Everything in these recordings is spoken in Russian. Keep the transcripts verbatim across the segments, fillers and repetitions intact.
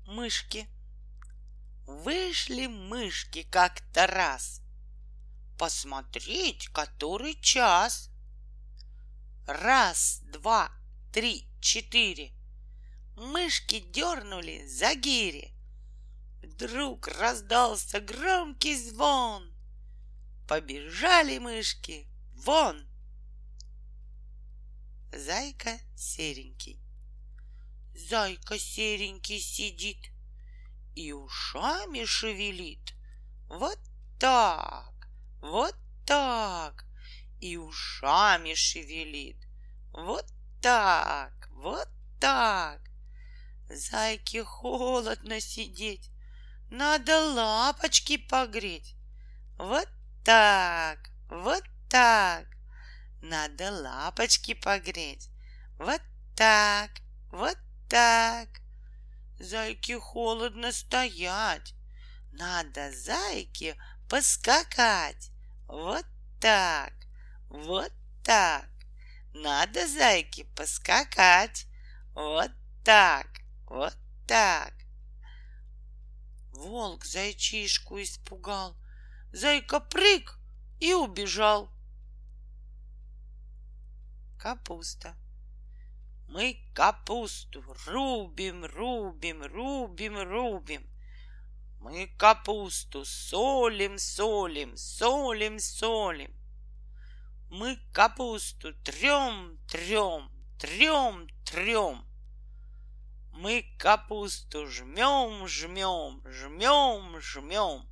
Мышки. Вышли мышки как-то раз посмотреть, который час. Раз, два, три, четыре. Мышки дернули за гири. Вдруг раздался громкий звон. Побежали мышки вон. Зайка серенький. Зайка серенький сидит и ушами шевелит. Вот так, вот так. И ушами шевелит. Вот так, вот так. Зайке холодно сидеть, надо лапочки погреть. Вот так, вот так. Надо лапочки погреть. Вот так, вот так. Зайке холодно стоять, надо зайке поскакать. Вот так, вот так. Надо зайке поскакать. Вот так, вот так. Волк зайчишку испугал. Зайка прыг и убежал. Капуста. Мы капусту рубим, рубим, рубим, рубим. Мы капусту солим, солим, солим, солим. Мы капусту трем, трем, трем, трем. Мы капусту жмем, жмем, жмем, жмем.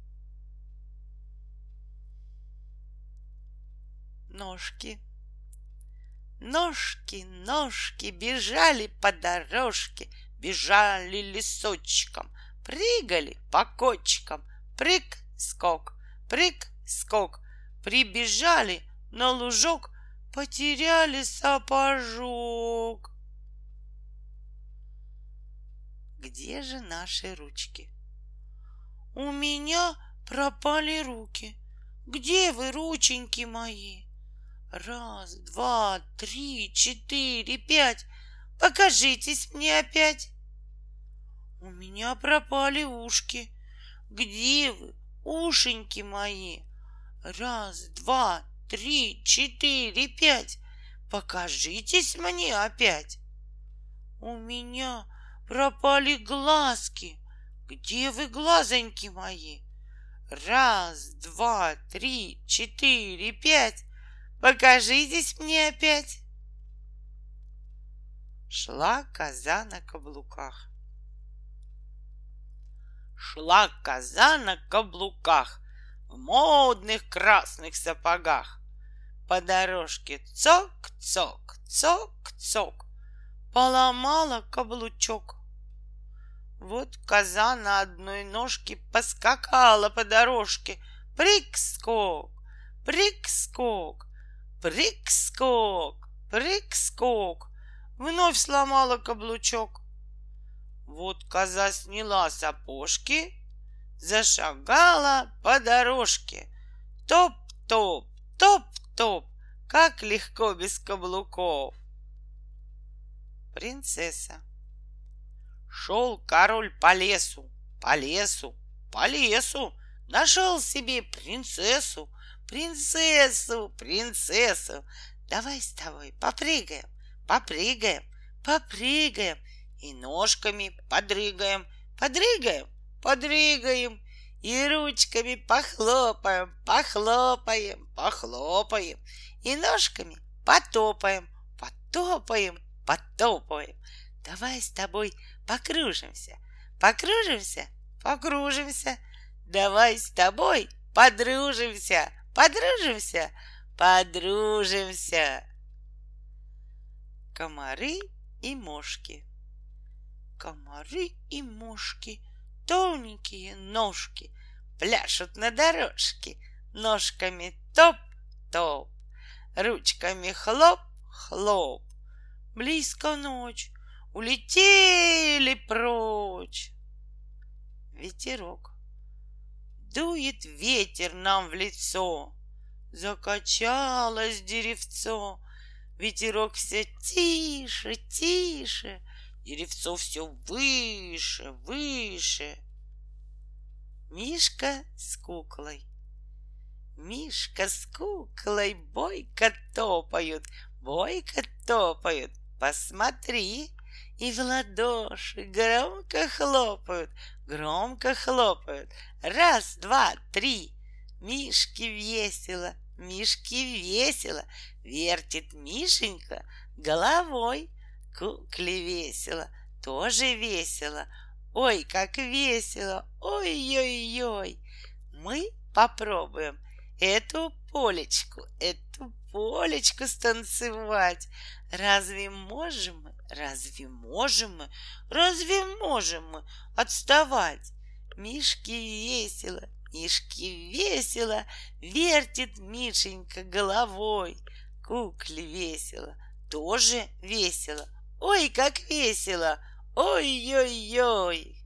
Ножки. Ножки, ножки бежали по дорожке, бежали лесочком, прыгали по кочкам. Прыг-скок, прыг-скок. Прибежали на лужок, потеряли сапожок. Где же наши ручки? У меня пропали руки. Где вы, рученьки мои? Раз, два, три, четыре, пять. Покажитесь мне опять. У меня пропали ушки. Где вы, ушеньки мои? Раз, два, три, четыре, пять. Покажитесь мне опять. У меня пропали глазки. Где вы, глазоньки мои? Раз, два, три, четыре, пять. Покажитесь мне опять. Шла коза на каблуках. Шла коза на каблуках в модных красных сапогах. По дорожке цок-цок, цок-цок. Поломала каблучок. Вот коза на одной ножке поскакала по дорожке. Прыг-скок, прыг-скок, прыг-скок, прыг-скок. Вновь сломала каблучок. Вот коза сняла сапожки, зашагала по дорожке. Топ-топ, топ-топ, как легко без каблуков. Принцесса. Шел король по лесу, по лесу, по лесу. Нашел себе принцессу, принцессу, принцессу. Давай с тобой попрыгаем, попрыгаем, попрыгаем. И ножками подрыгаем, подрыгаем, подрыгаем. И ручками похлопаем, похлопаем, похлопаем. И ножками потопаем, потопаем, потопаем. Давай с тобой покружимся, покружимся, покружимся. Давай с тобой подружимся, подружимся, подружимся. Комары и мошки. Комары и мошки, тоненькие ножки, пляшут на дорожке, ножками топ-топ, ручками хлоп-хлоп. Близко ночь, улетели прочь. Ветерок. Дует ветер нам в лицо, закачалось деревцо. Ветерок все тише, тише, деревцо все выше, выше. Мишка с куклой. Мишка с куклой бойко топают, бойко топают. Посмотри, и в ладоши громко хлопают, громко хлопают. Раз, два, три. Мишке весело, Мишке весело. Вертит Мишенька головой. Кукле весело, тоже весело. Ой, как весело, ой-ой-ой. Мы попробуем эту полечку, эту полечку станцевать. Разве можем мы, разве можем мы, разве можем мы отставать? Мишке весело, Мишке весело. Вертит Мишенька головой. Кукле весело, тоже весело. Ой, как весело, ой-ой-ой.